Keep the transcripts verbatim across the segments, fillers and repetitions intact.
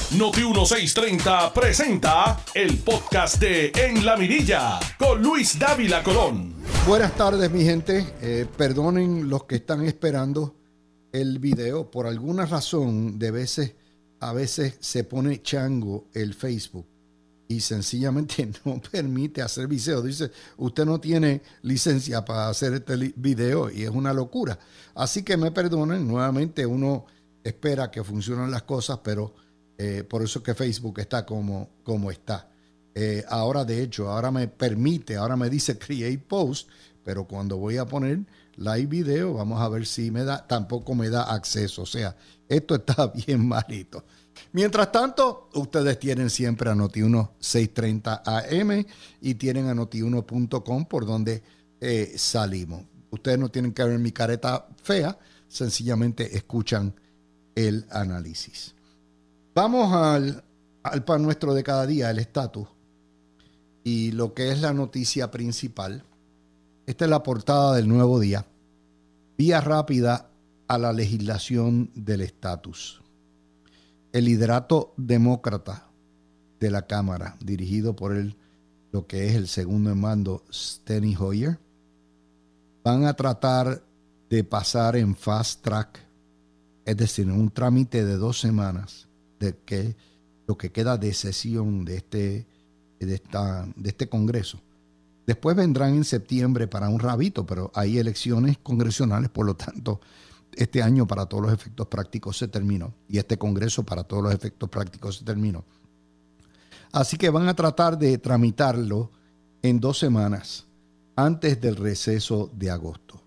Noti dieciséis treinta presenta el podcast de En la Mirilla con Luis Dávila Colón. Buenas tardes, mi gente. Eh, perdonen los que están esperando el video. Por alguna razón, de veces, a veces se pone chango el Facebook y sencillamente no permite hacer video. Dice, usted no tiene licencia para hacer este video y es una locura. Así que me perdonen. Nuevamente uno espera que funcionen las cosas, pero eh, por eso es que Facebook está como, como está. Eh, ahora, de hecho, ahora me permite, ahora me dice create post, pero cuando voy a poner live video, vamos a ver si me da, tampoco me da acceso. O sea, esto está bien malito. Mientras tanto, ustedes tienen siempre a Noti dieciséis treinta A M y tienen a noti uno punto com por donde eh, salimos. Ustedes no tienen que ver mi careta fea, sencillamente escuchan el análisis. Vamos al, al pan nuestro de cada día, el estatus. Y lo que es la noticia principal, esta es la portada del Nuevo Día. Vía rápida a la legislación del estatus. El liderato demócrata de la Cámara, dirigido por el, lo que es el segundo en mando, Steny Hoyer, van a tratar de pasar en fast track, es decir, en un trámite de dos semanas, de que lo que queda de sesión de este De, esta, de este Congreso. Después vendrán en septiembre para un rabito, pero hay elecciones congresionales, por lo tanto, este año para todos los efectos prácticos se terminó y este Congreso para todos los efectos prácticos se terminó. Así que van a tratar de tramitarlo en dos semanas antes del receso de agosto.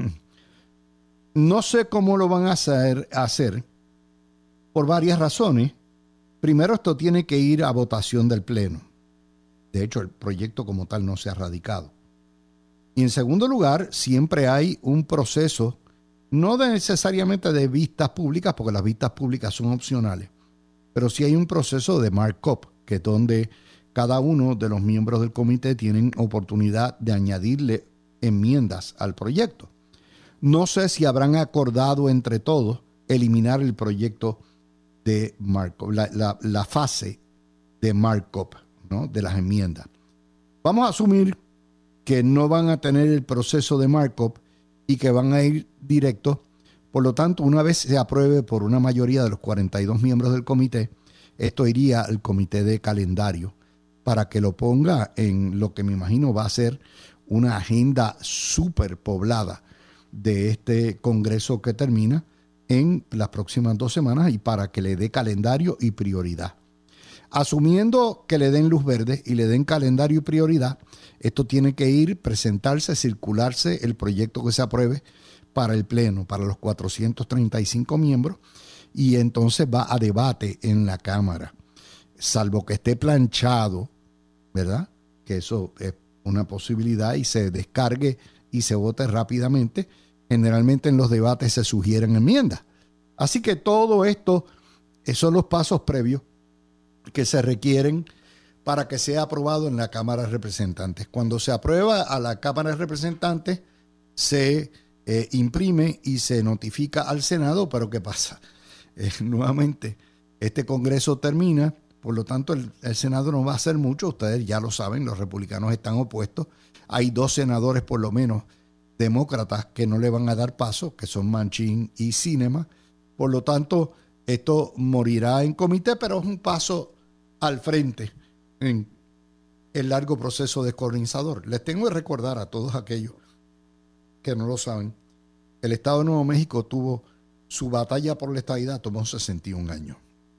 No sé cómo lo van a hacer, hacer por varias razones. Primero, esto tiene que ir a votación del Pleno. De hecho, el proyecto como tal no se ha radicado. Y en segundo lugar, siempre hay un proceso, no de necesariamente de vistas públicas, porque las vistas públicas son opcionales, pero sí hay un proceso de markup, que es donde cada uno de los miembros del comité tienen oportunidad de añadirle enmiendas al proyecto. No sé si habrán acordado entre todos eliminar el proyecto de markup, la, la, la fase de markup, ¿no?, de las enmiendas. Vamos a asumir que no van a tener el proceso de markup y que van a ir directo. Por lo tanto, una vez se apruebe por una mayoría de los cuarenta y dos miembros del comité, esto iría al comité de calendario para que lo ponga en lo que me imagino va a ser una agenda súper poblada de este Congreso que termina en las próximas dos semanas y para que le dé calendario y prioridad. Asumiendo que le den luz verde y le den calendario y prioridad, esto tiene que ir, presentarse, circularse el proyecto que se apruebe para el Pleno, para los cuatrocientos treinta y cinco miembros, y entonces va a debate en la Cámara. Salvo que esté planchado, ¿verdad?, que eso es una posibilidad, y se descargue y se vote rápidamente. Generalmente en los debates se sugieren enmiendas. Así que todo esto, esos son los pasos previos que se requieren para que sea aprobado en la Cámara de Representantes. Cuando se aprueba a la Cámara de Representantes, se eh, imprime y se notifica al Senado, pero ¿qué pasa? Eh, nuevamente, este Congreso termina, por lo tanto el, el Senado no va a hacer mucho, ustedes ya lo saben, los republicanos están opuestos. Hay dos senadores por lo menos demócratas que no le van a dar paso, que son Manchin y Sinema. Por lo tanto, esto morirá en comité, pero es un paso al frente en el largo proceso descolonizador. Les tengo que recordar a todos aquellos que no lo saben, el Estado de Nuevo México tuvo su batalla por la estadidad, tomó sesenta y un años.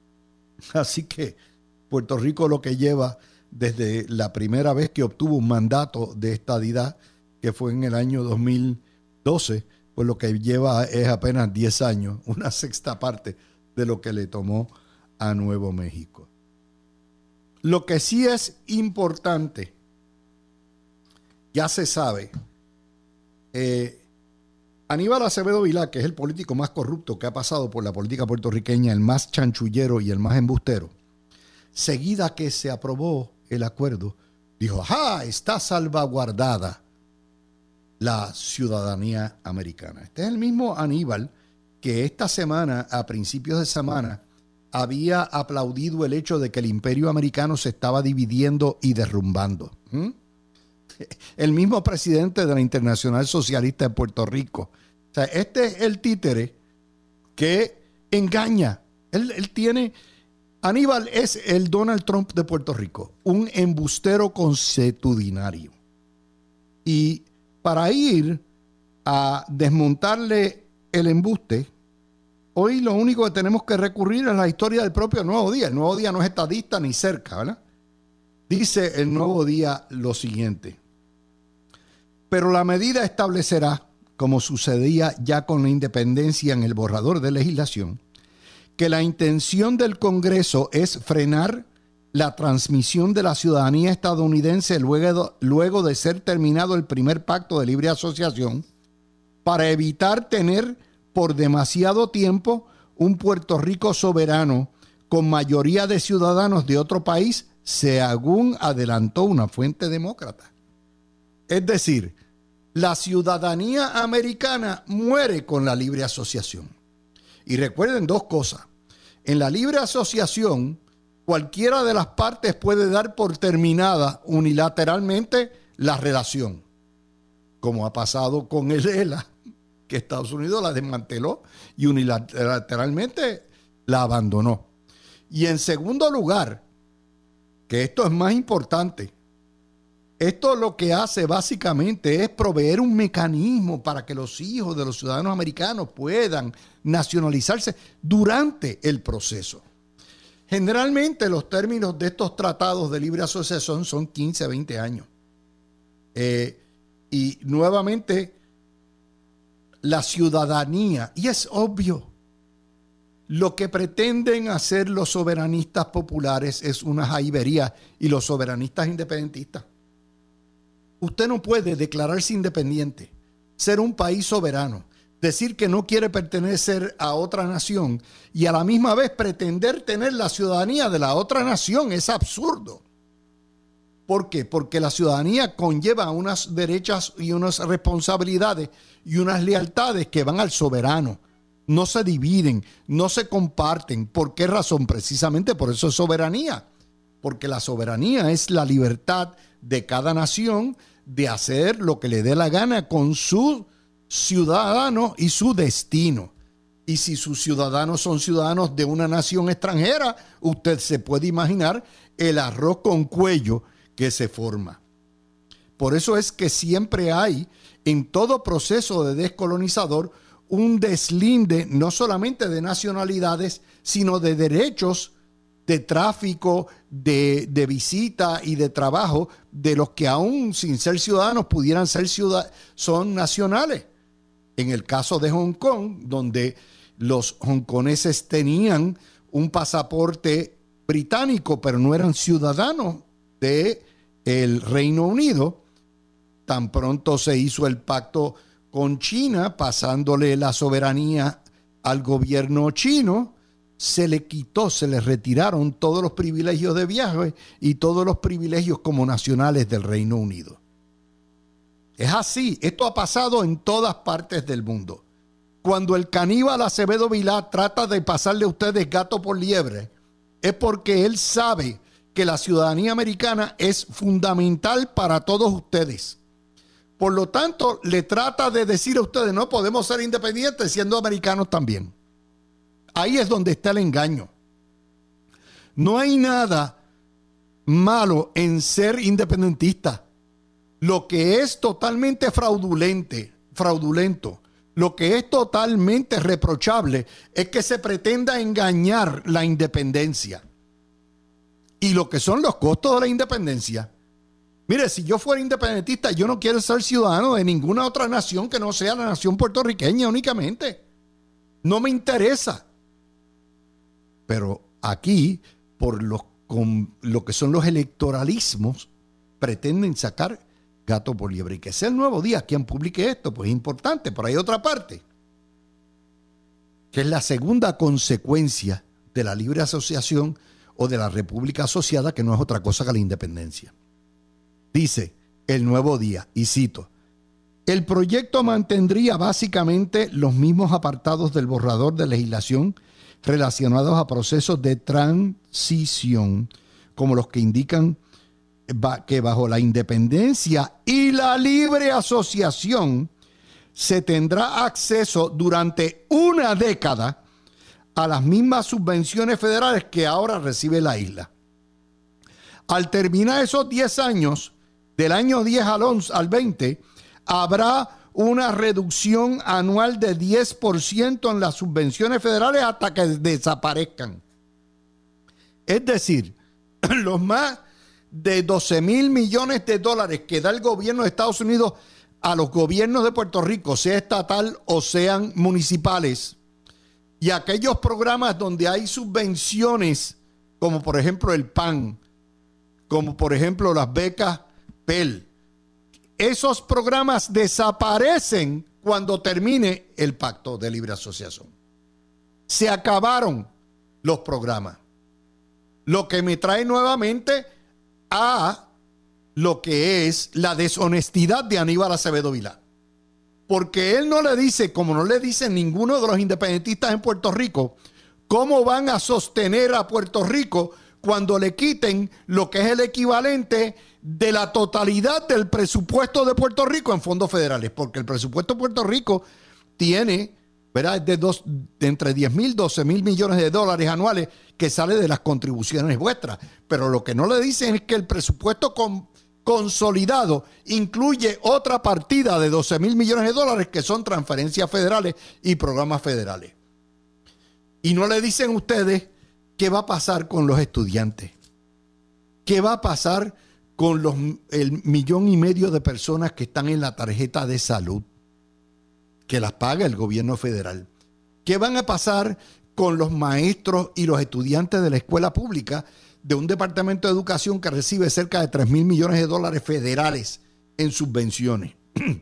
Así que Puerto Rico lo que lleva desde la primera vez que obtuvo un mandato de estadidad, que fue en el año dos mil doce, pues lo que lleva es apenas diez años, una sexta parte de lo que le tomó a Nuevo México. Lo que sí es importante, ya se sabe, eh, Aníbal Acevedo Vilá, que es el político más corrupto que ha pasado por la política puertorriqueña, el más chanchullero y el más embustero, seguida que se aprobó el acuerdo, dijo, ¡ajá! Está salvaguardada la ciudadanía americana. Este es el mismo Aníbal que esta semana, a principios de semana, había aplaudido el hecho de que el imperio americano se estaba dividiendo y derrumbando. ¿Mm? El mismo presidente de la Internacional Socialista de Puerto Rico. O sea, este es el títere que engaña. Él, él tiene... Aníbal es el Donald Trump de Puerto Rico, un embustero consuetudinario. Y para ir a desmontarle el embuste, hoy lo único que tenemos que recurrir es la historia del propio Nuevo Día. El Nuevo Día no es estadista ni cerca, ¿verdad? Dice el Nuevo Día lo siguiente: pero la medida establecerá, como sucedía ya con la independencia en el borrador de legislación, que la intención del Congreso es frenar la transmisión de la ciudadanía estadounidense luego, luego de ser terminado el primer pacto de libre asociación, para evitar tener por demasiado tiempo un Puerto Rico soberano con mayoría de ciudadanos de otro país, según adelantó una fuente demócrata. Es decir, la ciudadanía americana muere con la libre asociación. Y recuerden dos cosas. En la libre asociación, cualquiera de las partes puede dar por terminada unilateralmente la relación, como ha pasado con el E L A, que Estados Unidos la desmanteló y unilateralmente la abandonó. Y en segundo lugar, que esto es más importante, esto lo que hace básicamente es proveer un mecanismo para que los hijos de los ciudadanos americanos puedan nacionalizarse durante el proceso. Generalmente los términos de estos tratados de libre asociación son quince a veinte años. Eh, y nuevamente, la ciudadanía, y es obvio, lo que pretenden hacer los soberanistas populares es una jaibería, y los soberanistas independentistas. Usted no puede declararse independiente, ser un país soberano, decir que no quiere pertenecer a otra nación y a la misma vez pretender tener la ciudadanía de la otra nación. Es absurdo. ¿Por qué? Porque la ciudadanía conlleva unos derechos y unas responsabilidades y unas lealtades que van al soberano. No se dividen, no se comparten. ¿Por qué razón? Precisamente por eso es soberanía. Porque la soberanía es la libertad de cada nación de hacer lo que le dé la gana con su ciudadano y su destino. Y si sus ciudadanos son ciudadanos de una nación extranjera, usted se puede imaginar el arroz con cuello que se forma. Por eso es que siempre hay en todo proceso de descolonizador un deslinde no solamente de nacionalidades, sino de derechos de tráfico, de, de visita y de trabajo de los que aún sin ser ciudadanos pudieran ser ciudad, son nacionales. En el caso de Hong Kong, donde los hongkoneses tenían un pasaporte británico, pero no eran ciudadanos del Reino Unido, tan pronto se hizo el pacto con China, pasándole la soberanía al gobierno chino, se le quitó, se le retiraron todos los privilegios de viaje y todos los privilegios como nacionales del Reino Unido. Es así, esto ha pasado en todas partes del mundo. Cuando el caníbal Acevedo Vilá trata de pasarle a ustedes gato por liebre, es porque él sabe que la ciudadanía americana es fundamental para todos ustedes. Por lo tanto, le trata de decir a ustedes, no podemos ser independientes siendo americanos también. Ahí es donde está el engaño. No hay nada malo en ser independentista. Lo que es totalmente fraudulente, fraudulento, lo que es totalmente reprochable es que se pretenda engañar la independencia. Y lo que son los costos de la independencia. Mire, si yo fuera independentista, yo no quiero ser ciudadano de ninguna otra nación que no sea la nación puertorriqueña únicamente. No me interesa. Pero aquí, por los, con lo que son los electoralismos, pretenden sacar gato por liebre. Y que sea el Nuevo Día quien publique esto, pues es importante. Pero hay otra parte, que es la segunda consecuencia de la libre asociación o de la república asociada, que no es otra cosa que la independencia. Dice el Nuevo Día, y cito, el proyecto mantendría básicamente los mismos apartados del borrador de legislación relacionados a procesos de transición, como los que indican que bajo la independencia y la libre asociación se tendrá acceso durante una década a las mismas subvenciones federales que ahora recibe la isla. Al terminar esos diez años, del año diez al once al veinte, habrá una reducción anual de diez por ciento en las subvenciones federales hasta que desaparezcan. Es decir, los más de doce mil millones de dólares que da el gobierno de Estados Unidos a los gobiernos de Puerto Rico, sea estatal o sean municipales, y aquellos programas donde hay subvenciones, como por ejemplo el P A N, como por ejemplo las becas P E L, esos programas desaparecen cuando termine el Pacto de Libre Asociación. Se acabaron los programas. Lo que me trae nuevamente a lo que es la deshonestidad de Aníbal Acevedo Vilá. Porque él no le dice, como no le dice ninguno de los independentistas en Puerto Rico, cómo van a sostener a Puerto Rico cuando le quiten lo que es el equivalente de la totalidad del presupuesto de Puerto Rico en fondos federales. Porque el presupuesto de Puerto Rico tiene, ¿verdad?, de, dos, de entre diez mil, doce mil millones de dólares anuales que sale de las contribuciones vuestras. Pero lo que no le dicen es que el presupuesto con, consolidado incluye otra partida de doce mil millones de dólares que son transferencias federales y programas federales. Y no le dicen ustedes qué va a pasar con los estudiantes, qué va a pasar con los, el millón y medio de personas que están en la tarjeta de salud, que las paga el gobierno federal. ¿Qué van a pasar con los maestros y los estudiantes de la escuela pública de un departamento de educación que recibe cerca de tres mil millones de dólares federales en subvenciones?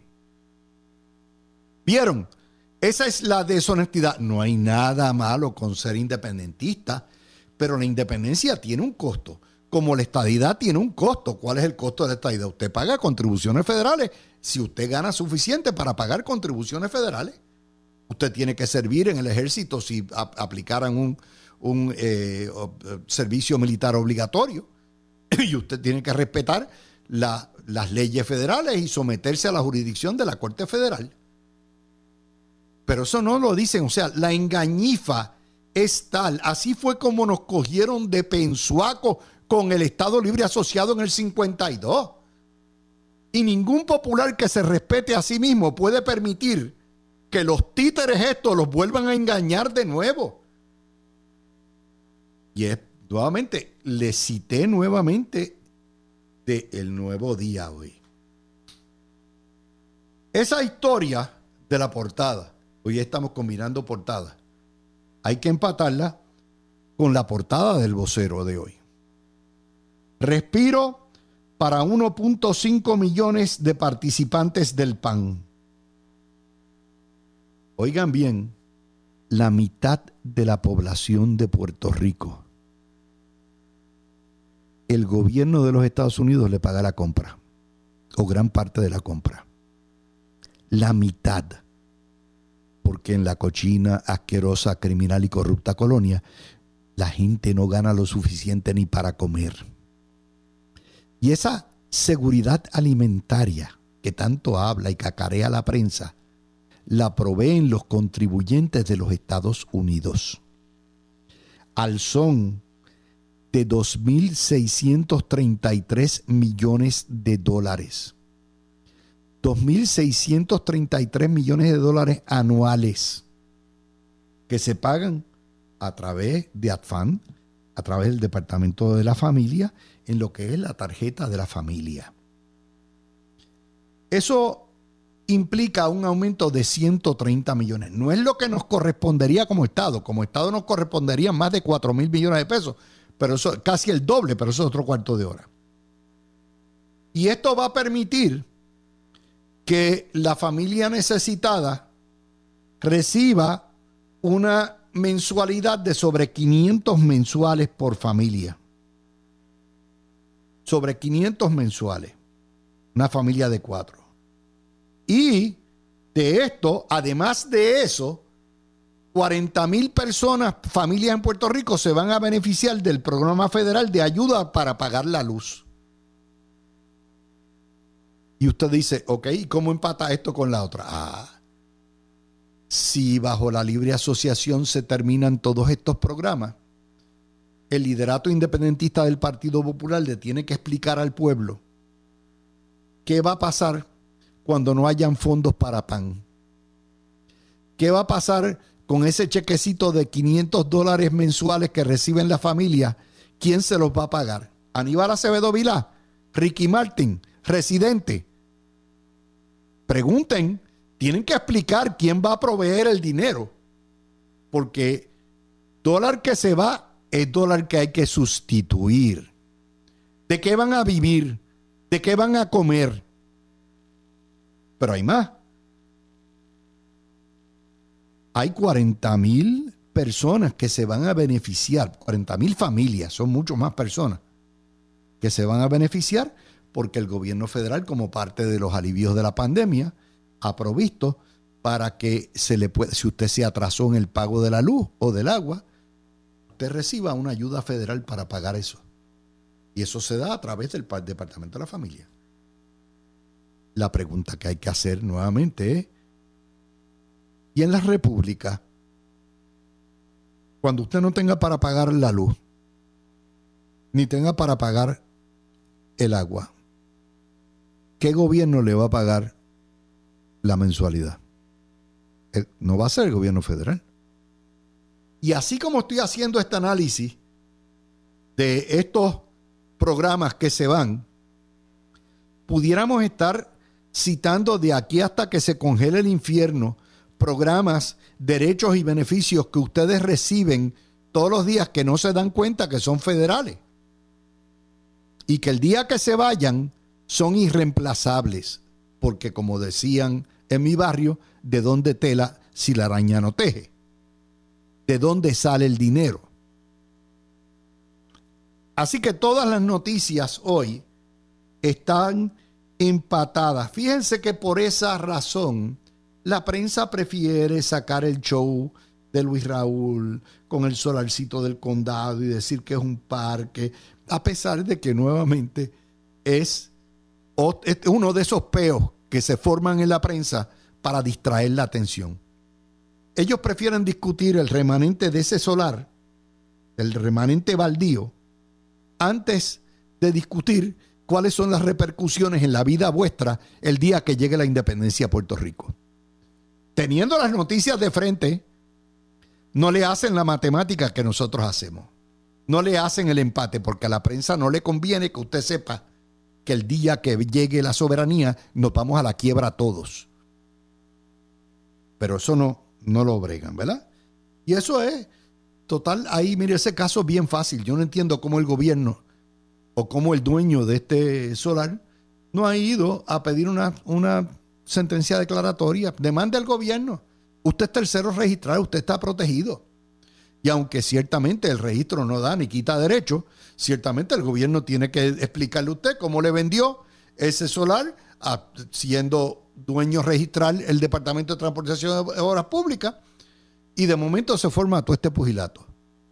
¿Vieron? Esa es la deshonestidad. No hay nada malo con ser independentista, pero la independencia tiene un costo. Como la estadidad tiene un costo. ¿Cuál es el costo de la estadidad? Usted paga contribuciones federales si usted gana suficiente para pagar contribuciones federales. Usted tiene que servir en el ejército si a, aplicaran un, un eh, servicio militar obligatorio. Y usted tiene que respetar la, las leyes federales y someterse a la jurisdicción de la Corte Federal. Pero eso no lo dicen. O sea, la engañifa es tal. Así fue como nos cogieron de pensuaco con el Estado Libre Asociado en el cincuenta y dos. Y ningún popular que se respete a sí mismo puede permitir que los títeres estos los vuelvan a engañar de nuevo. Y es, nuevamente, le cité nuevamente de El Nuevo Día hoy. Esa historia de la portada, hoy estamos combinando portadas, hay que empatarla con la portada del Vocero de hoy. Respiro para uno punto cinco millones de participantes del P A N. Oigan bien, la mitad de la población de Puerto Rico, el gobierno de los Estados Unidos le paga la compra, o gran parte de la compra. La mitad. Porque en la cochina, asquerosa, criminal y corrupta colonia, la gente no gana lo suficiente ni para comer. Y esa seguridad alimentaria que tanto habla y cacarea la prensa, la proveen los contribuyentes de los Estados Unidos, al son de dos mil seiscientos treinta y tres millones de dólares. dos mil seiscientos treinta y tres millones de dólares anuales que se pagan a través de ADFAN, a través del Departamento de la Familia, en lo que es la tarjeta de la familia. Eso implica un aumento de ciento treinta millones. No es lo que nos correspondería como Estado. Como Estado nos corresponderían más de cuatro mil millones de pesos, pero eso casi el doble, pero eso es otro cuarto de hora. Y esto va a permitir que la familia necesitada reciba una mensualidad de sobre quinientos mensuales por familia. Sobre quinientos mensuales. Una familia de cuatro. Y de esto, además de eso, cuarenta mil personas, familias en Puerto Rico, se van a beneficiar del programa federal de ayuda para pagar la luz. Y usted dice, ok, ¿y cómo empata esto con la otra? Ah, si bajo la libre asociación se terminan todos estos programas, el liderato independentista del Partido Popular le tiene que explicar al pueblo qué va a pasar cuando no hayan fondos para pan. ¿Qué va a pasar con ese chequecito de quinientos dólares mensuales que reciben las familias? ¿Quién se los va a pagar? ¿Aníbal Acevedo Vilá? ¿Ricky Martin? ¿Residente? Pregunten, tienen que explicar quién va a proveer el dinero, porque dólar que se va es dólar que hay que sustituir. ¿De qué van a vivir? ¿De qué van a comer? Pero hay más. Hay cuarenta mil personas que se van a beneficiar, cuarenta mil familias, son mucho más personas que se van a beneficiar porque el gobierno federal, como parte de los alivios de la pandemia, ha provisto para que se le pueda, si usted se atrasó en el pago de la luz o del agua, usted reciba una ayuda federal para pagar eso. Y eso se da a través del Departamento de la Familia. La pregunta que hay que hacer nuevamente es, ¿y en la República, cuando usted no tenga para pagar la luz, ni tenga para pagar el agua, qué gobierno le va a pagar la mensualidad? No va a ser el gobierno federal. Y así como estoy haciendo este análisis de estos programas que se van, pudiéramos estar citando de aquí hasta que se congele el infierno programas, derechos y beneficios que ustedes reciben todos los días que no se dan cuenta que son federales. Y que el día que se vayan son irreemplazables. Porque como decían en mi barrio, ¿de dónde tela si la araña no teje? ¿De dónde sale el dinero? Así que todas las noticias hoy están empatadas. Fíjense que por esa razón la prensa prefiere sacar el show de Luis Raúl con el solarcito del condado y decir que es un parque, a pesar de que nuevamente es uno de esos peos que se forman en la prensa para distraer la atención. Ellos prefieren discutir el remanente de ese solar, el remanente baldío, antes de discutir cuáles son las repercusiones en la vida vuestra el día que llegue la independencia a Puerto Rico. Teniendo las noticias de frente, no le hacen la matemática que nosotros hacemos. No le hacen el empate, porque a la prensa no le conviene que usted sepa que el día que llegue la soberanía nos vamos a la quiebra todos. Pero eso no, no lo bregan, ¿verdad? Y eso es total. Ahí, mire, ese caso es bien fácil. Yo no entiendo cómo el gobierno o cómo el dueño de este solar no ha ido a pedir una, una sentencia declaratoria. Demande al gobierno. Usted es tercero registrado, usted está protegido. Y aunque ciertamente el registro no da ni quita derecho, ciertamente el gobierno tiene que explicarle a usted cómo le vendió ese solar, a, siendo dueño registral el Departamento de Transportación de Obras Públicas, y de momento se forma todo este pugilato.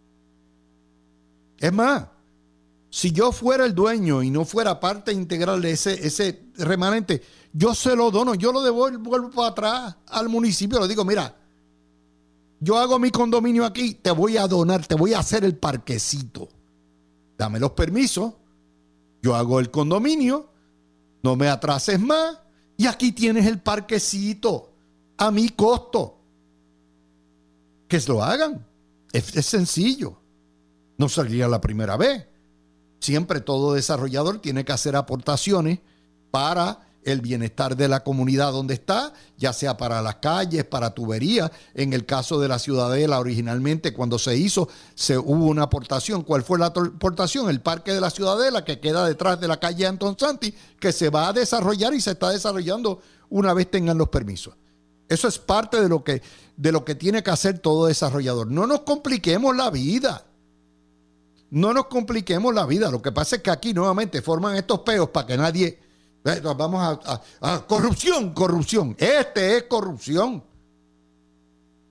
Es más, si yo fuera el dueño y no fuera parte integral de ese, ese remanente, yo se lo dono, yo lo devuelvo para atrás al municipio, le digo, mira, yo hago mi condominio aquí, te voy a donar, te voy a hacer el parquecito. Dame los permisos, yo hago el condominio, no me atrases más, y aquí tienes el parquecito a mi costo. Que se lo hagan. Es, es sencillo. No sería la primera vez. Siempre todo desarrollador tiene que hacer aportaciones para el bienestar de la comunidad donde está, ya sea para las calles, para tuberías. En el caso de la Ciudadela, originalmente cuando se hizo, se hubo una aportación. ¿Cuál fue la aportación? El Parque de la Ciudadela, que queda detrás de la calle Anton Santi, que se va a desarrollar y se está desarrollando una vez tengan los permisos. Eso es parte de lo que, de lo que tiene que hacer todo desarrollador. No nos compliquemos la vida. No nos compliquemos la vida. Lo que pasa es que aquí nuevamente forman estos peos para que nadie... Vamos a, a, a corrupción, corrupción. Este es corrupción.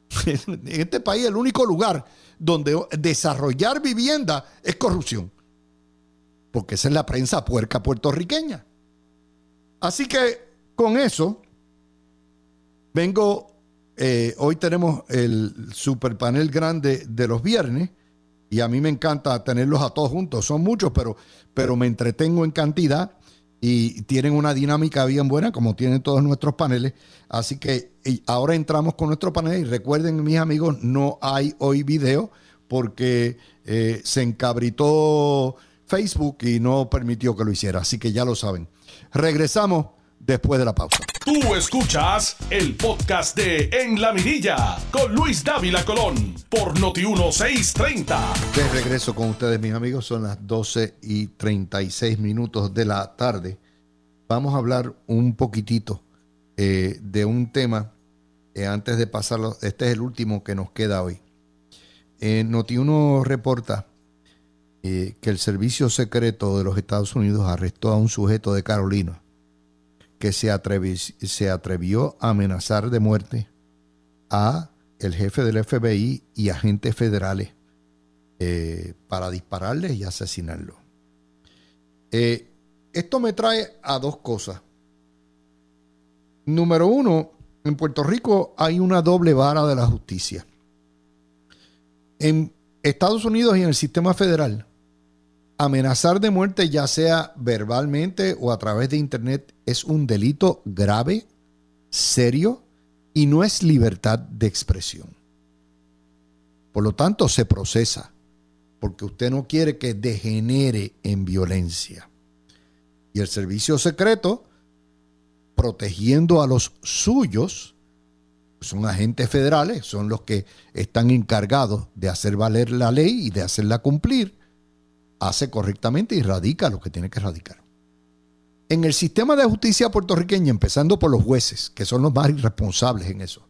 En este país el único lugar donde desarrollar vivienda es corrupción. Porque esa es la prensa puerca puertorriqueña. Así que con eso vengo, eh, hoy tenemos el super panel grande de los viernes y a mí me encanta tenerlos a todos juntos. Son muchos, pero, pero me entretengo en cantidad y tienen una dinámica bien buena como tienen todos nuestros paneles. Así que ahora entramos con nuestro panel y recuerden, mis amigos, no hay hoy video porque eh, se encabritó Facebook y no permitió que lo hiciera. Así que ya lo saben. Regresamos después de la pausa. Tú escuchas el podcast de En la Mirilla con Luis Dávila Colón por Noti uno seiscientos treinta. De regreso con ustedes, mis amigos. Son las doce y treinta y seis minutos de la tarde. Vamos a hablar un poquitito eh, de un tema eh, antes de pasarlo. Este es el último que nos queda hoy. Eh, Noti uno reporta eh, que el Servicio Secreto de los Estados Unidos arrestó a un sujeto de Carolina que se atrevió, se atrevió a amenazar de muerte a el jefe del F B I y agentes federales eh, para dispararles y asesinarlos. Eh, esto me trae a dos cosas. Número uno, en Puerto Rico hay una doble vara de la justicia. En Estados Unidos y en el sistema federal, amenazar de muerte, ya sea verbalmente o a través de internet, es un delito grave, serio y no es libertad de expresión. Por lo tanto, se procesa porque usted no quiere que degenere en violencia. Y el servicio secreto, protegiendo a los suyos, son agentes federales, son los que están encargados de hacer valer la ley y de hacerla cumplir, hace correctamente y radica lo que tiene que radicar. En el sistema de justicia puertorriqueña, empezando por los jueces, que son los más irresponsables en eso,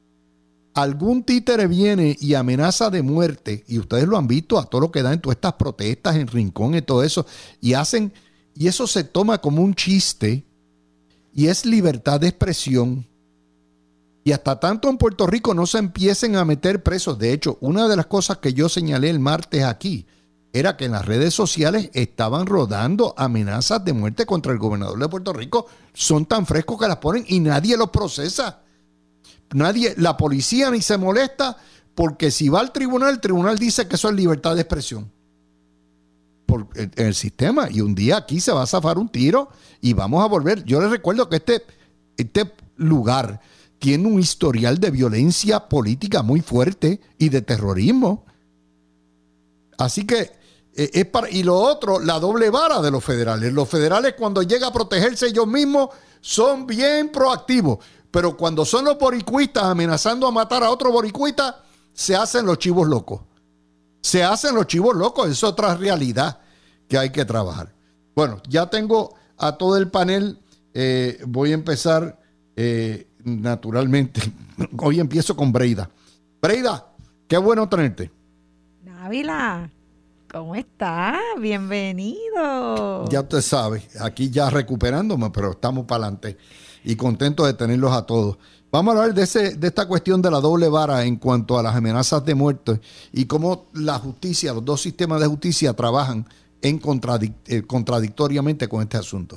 algún títere viene y amenaza de muerte, y ustedes lo han visto a todo lo que da en todas estas protestas en Rincón y todo eso, y hacen, y eso se toma como un chiste, y es libertad de expresión. Y hasta tanto en Puerto Rico no se empiecen a meter presos. De hecho, una de las cosas que yo señalé el martes aquí era que en las redes sociales estaban rodando amenazas de muerte contra el gobernador de Puerto Rico. Son tan frescos que las ponen y nadie los procesa. Nadie, la policía ni se molesta porque si va al tribunal, el tribunal dice que eso es libertad de expresión. Por, en, en el sistema. Y un día aquí se va a zafar un tiro y vamos a volver. Yo les recuerdo que este, este lugar tiene un historial de violencia política muy fuerte y de terrorismo. Así que eh, es para, y lo otro, la doble vara de los federales. Los federales, cuando llega a protegerse ellos mismos, son bien proactivos. Pero cuando son los boricuitas amenazando a matar a otro boricuita, se hacen los chivos locos. Se hacen los chivos locos. Es otra realidad que hay que trabajar. Bueno, ya tengo a todo el panel. Eh, voy a empezar eh, naturalmente. Hoy empiezo con Breida. Breida, qué bueno tenerte. Dávila, ¿cómo estás? Bienvenido. Ya usted sabe, aquí ya recuperándome, pero estamos para adelante y contentos de tenerlos a todos. Vamos a hablar de, ese, de esta cuestión de la doble vara en cuanto a las amenazas de muerte y cómo la justicia, los dos sistemas de justicia trabajan en contradic eh, contradictoriamente con este asunto.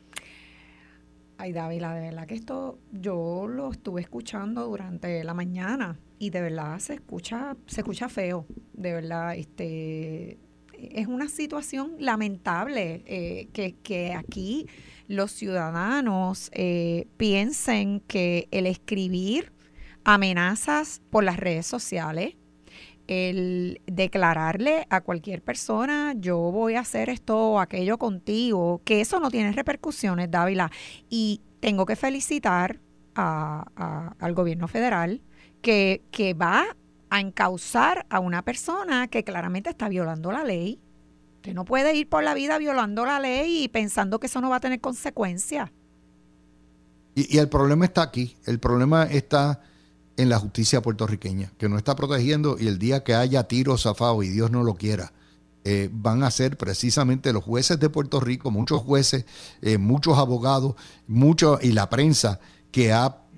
Ay, Dávila, de verdad que esto yo lo estuve escuchando durante la mañana y de verdad se escucha, se escucha feo, de verdad, este es una situación lamentable eh, que, que aquí los ciudadanos eh, piensen que el escribir amenazas por las redes sociales, el declararle a cualquier persona, yo voy a hacer esto o aquello contigo, que eso no tiene repercusiones, Dávila. Y tengo que felicitar a, a, al gobierno federal que, que va a encauzar a una persona que claramente está violando la ley. Usted no puede ir por la vida violando la ley y pensando que eso no va a tener consecuencias. Y, y el problema está aquí. El problema está en la justicia puertorriqueña, que no está protegiendo, y el día que haya tiro zafado, y Dios no lo quiera, eh, van a ser precisamente los jueces de Puerto Rico, muchos jueces, eh, muchos abogados, muchos, y la prensa que ha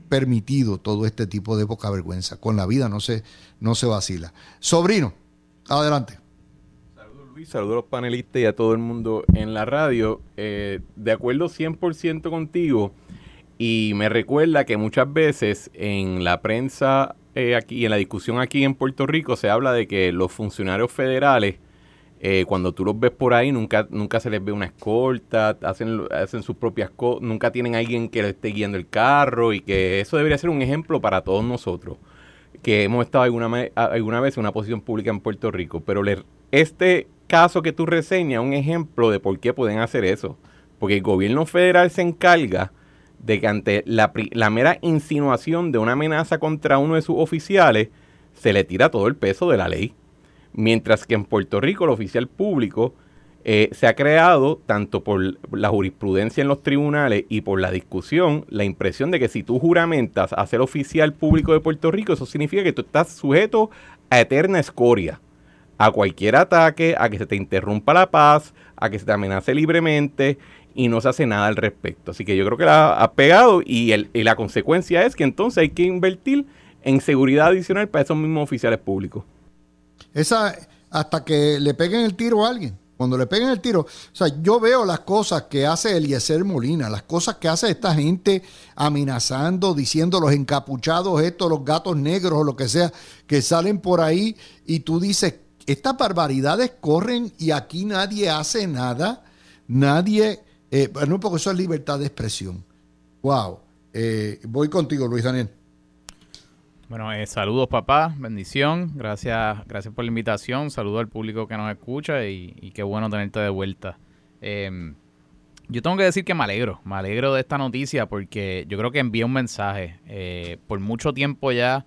permitido todo este tipo de poca vergüenza. Con la vida no se, no se vacila. Sobrino, adelante. Saludos, Luis, saludos a los panelistas y a todo el mundo en la radio. Eh, de acuerdo cien por ciento contigo, y me recuerda que muchas veces en la prensa eh, aquí, en la discusión aquí en Puerto Rico, se habla de que los funcionarios federales, Eh, cuando tú los ves por ahí, nunca nunca se les ve una escolta, hacen, hacen sus propias cosas, nunca tienen a alguien que les esté guiando el carro, y que eso debería ser un ejemplo para todos nosotros, que hemos estado alguna, alguna vez en una posición pública en Puerto Rico. Pero le, este caso que tú reseñas es un ejemplo de por qué pueden hacer eso, porque el gobierno federal se encarga de que ante la, la mera insinuación de una amenaza contra uno de sus oficiales, se le tira todo el peso de la ley. Mientras que en Puerto Rico el oficial público eh, se ha creado, tanto por la jurisprudencia en los tribunales y por la discusión, la impresión de que si tú juramentas a ser oficial público de Puerto Rico, eso significa que tú estás sujeto a eterna escoria, a cualquier ataque, a que se te interrumpa la paz, a que se te amenace libremente, y no se hace nada al respecto. Así que yo creo que la ha pegado, y, el, y la consecuencia es que entonces hay que invertir en seguridad adicional para esos mismos oficiales públicos. Esa, hasta que le peguen el tiro a alguien. Cuando le peguen el tiro, o sea, yo veo las cosas que hace Eliezer Molina, las cosas que hace esta gente amenazando, diciendo los encapuchados estos, los gatos negros o lo que sea, que salen por ahí, y tú dices, estas barbaridades corren y aquí nadie hace nada, nadie, eh, bueno, porque eso es libertad de expresión. Wow. Eh, voy contigo, Luis Daniel. Bueno, eh, saludos papá, bendición, gracias gracias por la invitación, saludos al público que nos escucha, y, y qué bueno tenerte de vuelta. Eh, yo tengo que decir que me alegro, me alegro de esta noticia, porque yo creo que envía un mensaje. Eh, por mucho tiempo ya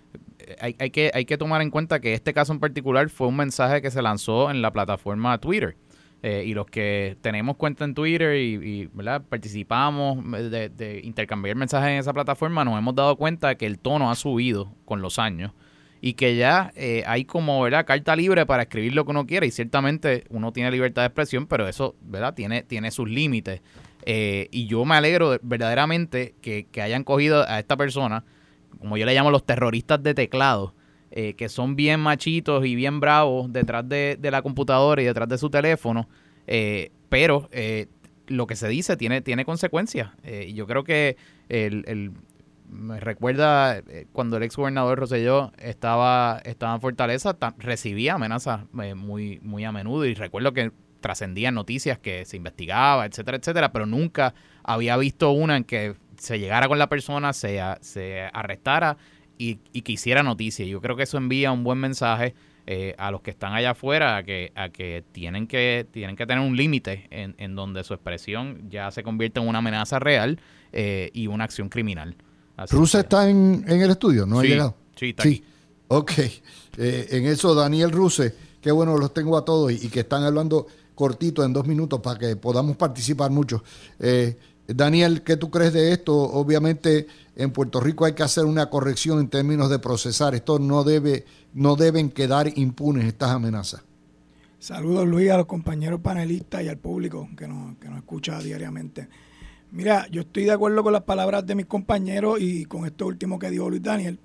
hay, hay, que, hay que tomar en cuenta que este caso en particular fue un mensaje que se lanzó en la plataforma Twitter. Eh, y los que tenemos cuenta en Twitter y, y ¿verdad? participamos de, de intercambiar mensajes en esa plataforma, nos hemos dado cuenta que el tono ha subido con los años, y que ya eh, hay como, ¿verdad?, carta libre para escribir lo que uno quiera, y ciertamente uno tiene libertad de expresión, pero eso, ¿verdad?, tiene, tiene sus límites. Eh, y yo me alegro verdaderamente que, que hayan cogido a esta persona, como yo le llamo los terroristas de teclado, Eh, que son bien machitos y bien bravos detrás de, de la computadora y detrás de su teléfono, eh, pero eh, lo que se dice tiene, tiene consecuencias. Eh, yo creo que el, el, me recuerda eh, cuando el ex gobernador Rosselló estaba, estaba en Fortaleza, ta, recibía amenazas eh, muy, muy a menudo, y recuerdo que trascendían noticias que se investigaba, etcétera, etcétera, pero nunca había visto una en que se llegara con la persona, se, se arrestara Y, y que hiciera noticia. Yo creo que eso envía un buen mensaje eh, a los que están allá afuera, a que, a que tienen que tienen que tener un límite en, en donde su expresión ya se convierte en una amenaza real eh, y una acción criminal. ¿Ruse está en, en el estudio? ¿No sí, ha llegado? Sí, está sí. aquí. Ok. Eh, en eso, Daniel Ruse, qué bueno los tengo a todos, y, y que están hablando cortito en dos minutos para que podamos participar mucho. Eh, Daniel, ¿qué tú crees de esto? Obviamente en Puerto Rico hay que hacer una corrección en términos de procesar. Esto no debe, no deben quedar impunes estas amenazas. Saludos, Luis, a los compañeros panelistas y al público que nos, que nos escucha diariamente. Mira, yo estoy de acuerdo con las palabras de mis compañeros y con esto último que dijo Luis Daniel,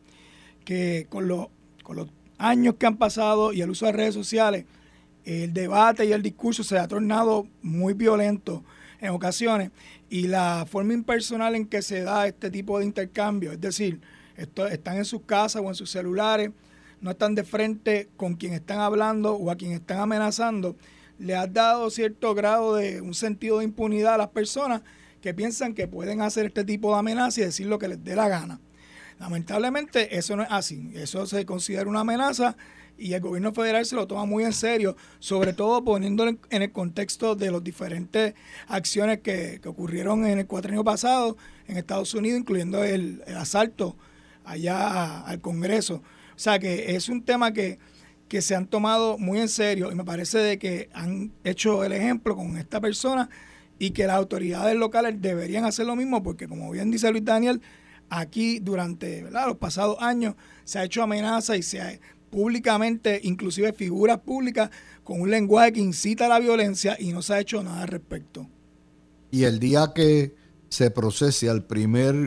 que con, lo, con los años que han pasado y el uso de redes sociales, el debate y el discurso se ha tornado muy violento en ocasiones, y la forma impersonal en que se da este tipo de intercambio, es decir, esto, están en sus casas o en sus celulares, no están de frente con quien están hablando o a quien están amenazando, le ha dado cierto grado de un sentido de impunidad a las personas que piensan que pueden hacer este tipo de amenazas y decir lo que les dé la gana. Lamentablemente eso no es así, eso se considera una amenaza, y el gobierno federal se lo toma muy en serio, sobre todo poniéndolo en el contexto de las diferentes acciones que, que ocurrieron en el cuatrienio pasado en Estados Unidos, incluyendo el, el asalto allá a, al Congreso. O sea que es un tema que, que se han tomado muy en serio, y me parece de que han hecho el ejemplo con esta persona, y que las autoridades locales deberían hacer lo mismo, porque como bien dice Luis Daniel, aquí durante, ¿verdad?, los pasados años se ha hecho amenaza y se ha públicamente, inclusive figuras públicas con un lenguaje que incita a la violencia, y no se ha hecho nada al respecto. Y el día que se procese al primer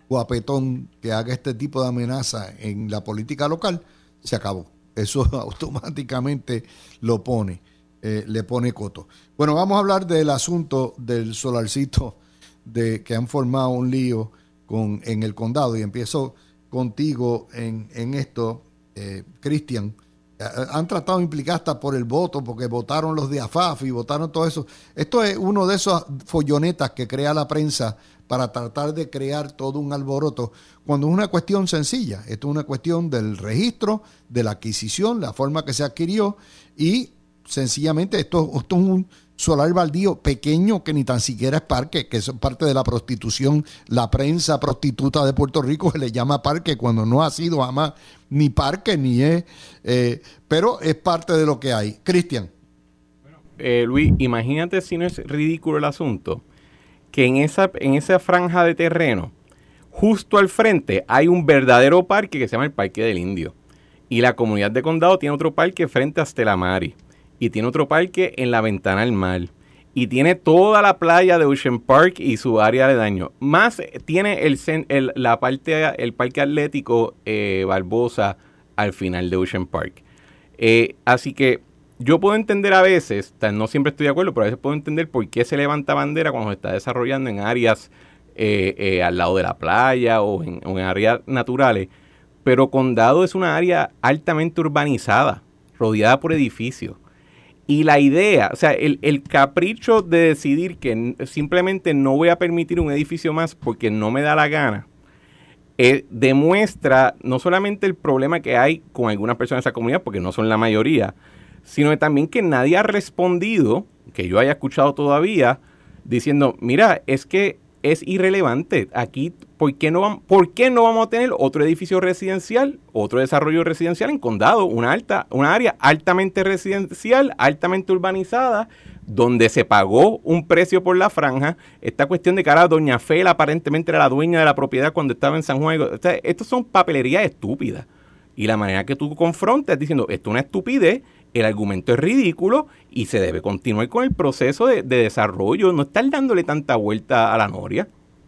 guapetón que haga este tipo de amenaza en la política local, se acabó. Eso automáticamente lo pone, eh, le pone coto. Bueno, vamos a hablar del asunto del solarcito de que han formado un lío con, en el condado. Y empiezo contigo en, en esto, eh, Cristian. Han tratado de implicar hasta por el voto, porque votaron los de A F A F y votaron todo eso. Esto es uno de esos follonetas que crea la prensa para tratar de crear todo un alboroto, cuando es una cuestión sencilla. Esto es una cuestión del registro, de la adquisición, la forma que se adquirió, y sencillamente esto, esto es un solar baldío pequeño que ni tan siquiera es parque, que es parte de la prostitución. La prensa prostituta de Puerto Rico se le llama parque cuando no ha sido jamás ni parque ni es, eh, pero es parte de lo que hay. Cristian. Eh, Luis, imagínate si no es ridículo el asunto, que en esa, en esa franja de terreno, justo al frente, hay un verdadero parque que se llama el Parque del Indio. Y la comunidad de condado tiene otro parque frente a Stella Maris. Y tiene otro parque en la ventana al mar. Y tiene toda la playa de Ocean Park y su área de daño. Más tiene el, el, la parte, el parque atlético eh, Barbosa al final de Ocean Park. Eh, así que yo puedo entender a veces, no siempre estoy de acuerdo, pero a veces puedo entender por qué se levanta bandera cuando se está desarrollando en áreas eh, eh, al lado de la playa o en, o en áreas naturales. Pero Condado es una área altamente urbanizada, rodeada por edificios. Y la idea, o sea, el, el capricho de decidir que simplemente no voy a permitir un edificio más porque no me da la gana, eh, demuestra no solamente el problema que hay con algunas personas de esa comunidad, porque no son la mayoría, sino que también que nadie ha respondido, que yo haya escuchado todavía, diciendo, mira, es que es irrelevante. Aquí, ¿por qué no vamos, ¿por qué no vamos a tener otro edificio residencial, otro desarrollo residencial en Condado, una alta, una área altamente residencial, altamente urbanizada, donde se pagó un precio por la franja? Esta cuestión de que ahora doña Fela aparentemente era la dueña de la propiedad cuando estaba en San Juan. O sea, estos son papelerías estúpidas. Y la manera que tú confrontas diciendo, esto es una estupidez, el argumento es ridículo y se debe continuar con el proceso de, de desarrollo, no estar dándole tanta vuelta a la noria.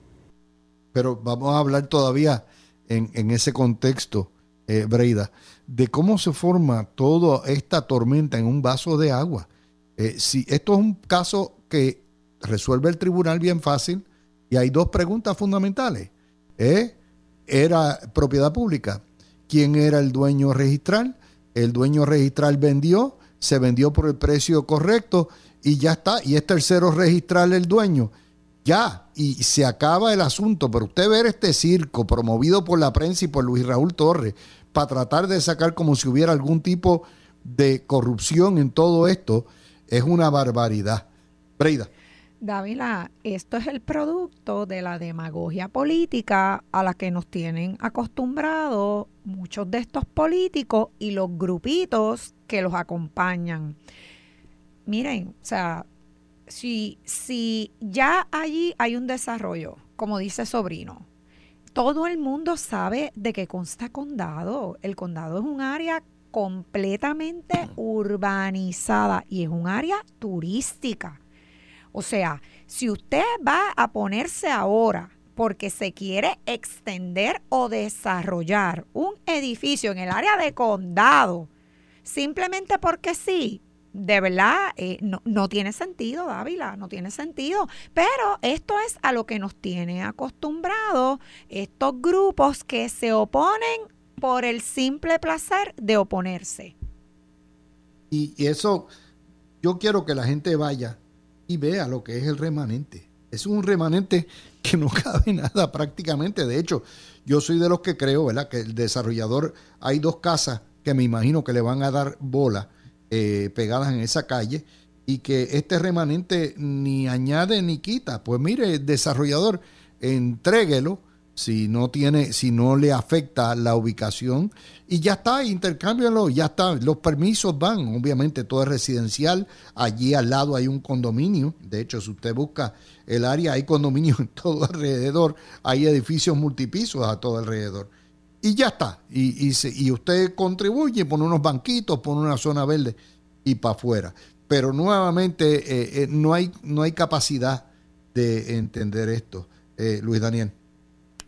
Pero vamos a hablar todavía en, en ese contexto, eh, Breida, de cómo se forma toda esta tormenta en un vaso de agua. Eh, si esto es un caso que resuelve el tribunal bien fácil, y hay dos preguntas fundamentales. ¿Eh? ¿Era propiedad pública? ¿Quién era el dueño registral? El dueño registral vendió, se vendió por el precio correcto y ya está. Y es tercero registral el dueño. Ya, y se acaba el asunto. Pero usted ver este circo promovido por la prensa y por Luis Raúl Torres para tratar de sacar como si hubiera algún tipo de corrupción en todo esto, es una barbaridad. Breida. Dávila, esto es el producto de la demagogia política a la que nos tienen acostumbrados muchos de estos políticos y los grupitos que los acompañan. Miren, o sea, si, si ya allí hay un desarrollo, como dice Sobrino, todo el mundo sabe de qué consta Condado. El Condado es un área completamente urbanizada y es un área turística. O sea, si usted va a ponerse ahora porque se quiere extender o desarrollar un edificio en el área de Condado, simplemente porque sí, de verdad, eh, no, no tiene sentido, Dávila, no tiene sentido. Pero esto es a lo que nos tiene acostumbrados estos grupos que se oponen por el simple placer de oponerse. Y, y eso, yo quiero que la gente vaya y vea lo que es el remanente. Es un remanente que no cabe nada prácticamente. De hecho, yo soy de los que creo, ¿verdad?, que el desarrollador, hay dos casas que me imagino que le van a dar bola eh, pegadas en esa calle, y que este remanente ni añade ni quita. Pues mire, el desarrollador, entréguelo si no tiene, si no le afecta la ubicación, y ya está, intercámbialo, ya está, los permisos van, obviamente todo es residencial, allí al lado hay un condominio, de hecho si usted busca el área hay condominios en todo alrededor, hay edificios multipisos a todo alrededor, y ya está, y, y, se, y usted contribuye, pone unos banquitos, pone una zona verde y para afuera, pero nuevamente eh, eh, no hay, no hay capacidad de entender esto. eh, Luis Daniel.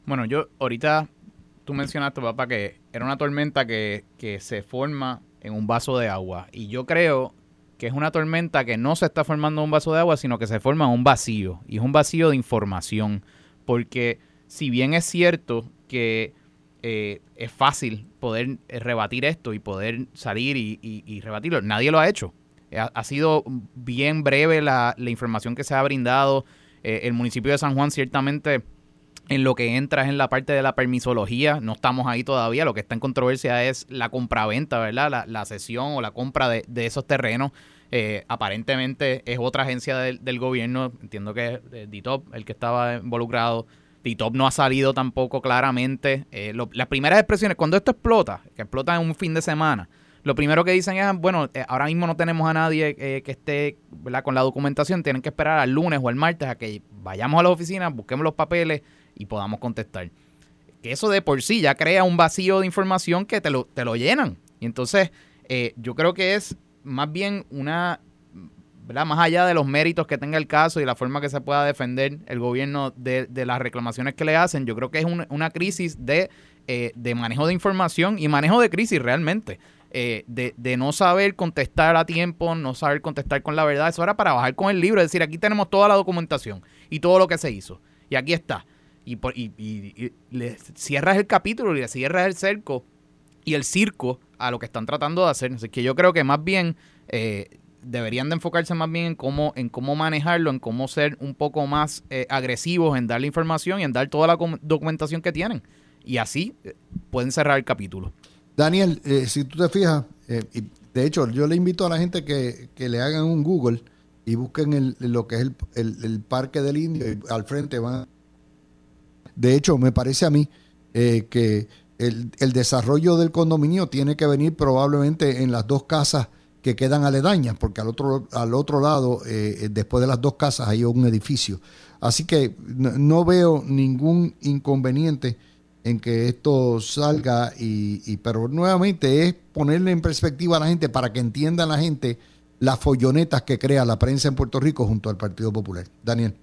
Bueno, yo ahorita tú mencionaste, papá, que era una tormenta que, que se forma en un vaso de agua. Y yo creo que es una tormenta que no se está formando en un vaso de agua, sino que se forma en un vacío. Y es un vacío de información. Porque si bien es cierto que eh, es fácil poder rebatir esto y poder salir y, y, y rebatirlo, nadie lo ha hecho. Ha, ha sido bien breve la, la información que se ha brindado. Eh, el municipio de San Juan ciertamente en lo que entra es en la parte de la permisología. No estamos ahí todavía. Lo que está en controversia es la compraventa, ¿verdad? La, la cesión o la compra de, de esos terrenos. Eh, aparentemente es otra agencia del, del gobierno. Entiendo que es eh, D I T O P el que estaba involucrado. D I T O P no ha salido tampoco claramente. Eh, lo, las primeras expresiones, cuando esto explota, que explota en un fin de semana, lo primero que dicen es, bueno, eh, ahora mismo no tenemos a nadie eh, que esté, ¿verdad?, con la documentación. Tienen que esperar al lunes o al martes a que vayamos a la oficina, busquemos los papeles y podamos contestar. Que eso de por sí ya crea un vacío de información que te lo, te lo llenan. Y entonces eh, yo creo que es más bien una, ¿verdad?, más allá de los méritos que tenga el caso y la forma que se pueda defender el gobierno de, de las reclamaciones que le hacen, yo creo que es un, una crisis de, eh, de manejo de información y manejo de crisis realmente. Eh, de, de no saber contestar a tiempo, no saber contestar con la verdad. Eso era para bajar con el libro, es decir, aquí tenemos toda la documentación y todo lo que se hizo. Y aquí está. Y, por, y, y, y le cierras el capítulo y le cierras el cerco y el circo a lo que están tratando de hacer. Así que yo creo que más bien eh, deberían de enfocarse más bien en cómo, en cómo manejarlo, en cómo ser un poco más eh, agresivos en dar la información y en dar toda la documentación que tienen. Y así eh, pueden cerrar el capítulo. Daniel, eh, si tú te fijas, eh, y de hecho yo le invito a la gente que, que le hagan un Google y busquen el, lo que es el, el, el Parque del Indio y al frente van. De hecho, me parece a mí eh, que el, el desarrollo del condominio tiene que venir probablemente en las dos casas que quedan aledañas, porque al otro, al otro lado, eh, después de las dos casas, hay un edificio. Así que no, no veo ningún inconveniente en que esto salga, y, y pero nuevamente es ponerle en perspectiva a la gente para que entienda la gente las follonetas que crea la prensa en Puerto Rico junto al Partido Popular. Daniel.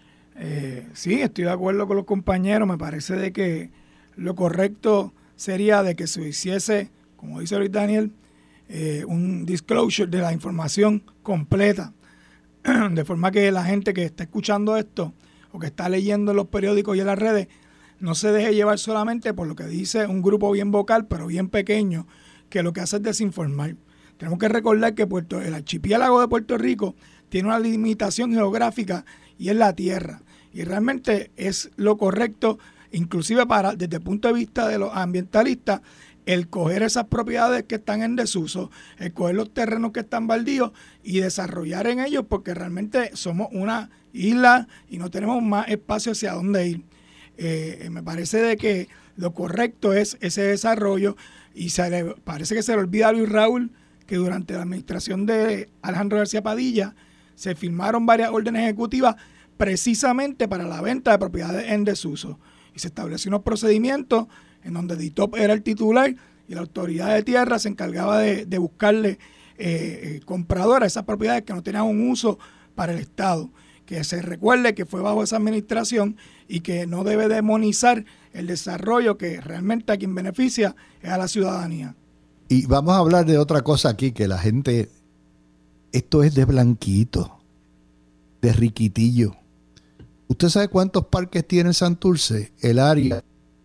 Eh, sí, estoy de acuerdo con los compañeros. Me parece de que lo correcto sería de que se hiciese, como dice Luis Daniel, eh, un disclosure de la información completa, de forma que la gente que está escuchando esto o que está leyendo en los periódicos y en las redes no se deje llevar solamente por lo que dice un grupo bien vocal, pero bien pequeño, que lo que hace es desinformar. Tenemos que recordar que Puerto, el archipiélago de Puerto Rico tiene una limitación geográfica y es la tierra. Y realmente es lo correcto, inclusive para desde el punto de vista de los ambientalistas, el coger esas propiedades que están en desuso, el coger los terrenos que están baldíos y desarrollar en ellos, porque realmente somos una isla y no tenemos más espacio hacia dónde ir. Eh, me parece de que lo correcto es ese desarrollo, y se le, parece que se le olvida a Luis Raúl que durante la administración de Alejandro García Padilla se firmaron varias órdenes ejecutivas precisamente para la venta de propiedades en desuso, y se estableció unos procedimientos en donde D I T O P era el titular y la autoridad de tierra se encargaba de, de buscarle eh, compradores a esas propiedades que no tenían un uso para el Estado. Que se recuerde que fue bajo esa administración y que no debe demonizar el desarrollo, que realmente a quien beneficia es a la ciudadanía. Y vamos a hablar de otra cosa aquí, que la gente, esto es de blanquito, de riquitillo. ¿Usted sabe cuántos parques tiene Santurce? El área,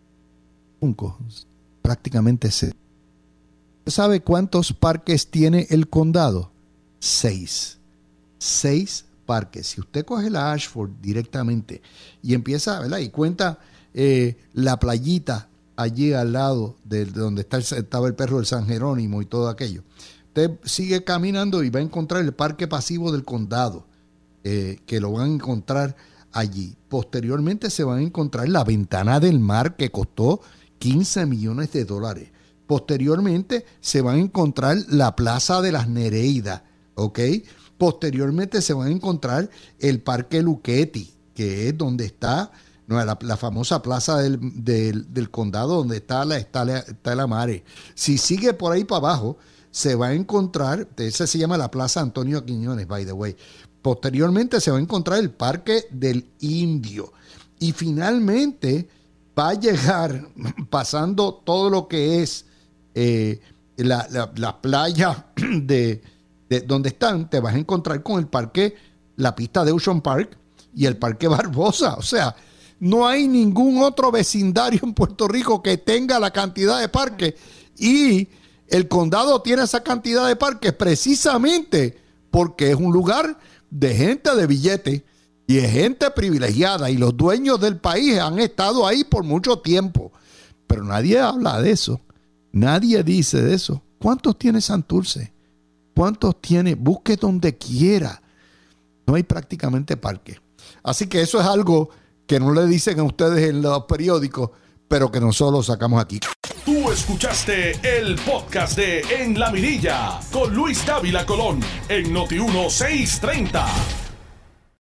prácticamente cero. ¿Usted sabe cuántos parques tiene el condado? Seis. Seis parques. Si usted coge la Ashford directamente y empieza, ¿verdad?, y cuenta eh, la playita allí al lado de donde está el, estaba el perro del San Jerónimo y todo aquello, usted sigue caminando y va a encontrar el parque pasivo del condado, eh, que lo van a encontrar allí. Posteriormente se van a encontrar la Ventana del Mar, que costó quince millones de dólares. Posteriormente se van a encontrar la Plaza de las Nereidas, ¿ok? Posteriormente se van a encontrar el Parque Luchetti, que es donde está no, la, la famosa plaza del, del, del condado, donde está la, está, la, está la Mare. Si sigue por ahí para abajo, se va a encontrar, esa se llama la Plaza Antonio Quiñones, by the way. Posteriormente se va a encontrar el Parque del Indio. Y finalmente va a llegar pasando todo lo que es eh, la, la, la playa de, de donde están, te vas a encontrar con el parque, la pista de Ocean Park y el parque Barbosa. O sea, no hay ningún otro vecindario en Puerto Rico que tenga la cantidad de parques, y el condado tiene esa cantidad de parques precisamente porque es un lugar de gente de billete y es gente privilegiada, y los dueños del país han estado ahí por mucho tiempo. Pero nadie habla de eso. Nadie dice de eso. ¿Cuántos tiene Santurce? ¿Cuántos tiene? Busque donde quiera. No hay prácticamente parque. Así que eso es algo que no le dicen a ustedes en los periódicos, pero que nosotros lo sacamos aquí. Tú escuchaste el podcast de En la Mirilla con Luis Dávila Colón en Noti uno seiscientos treinta.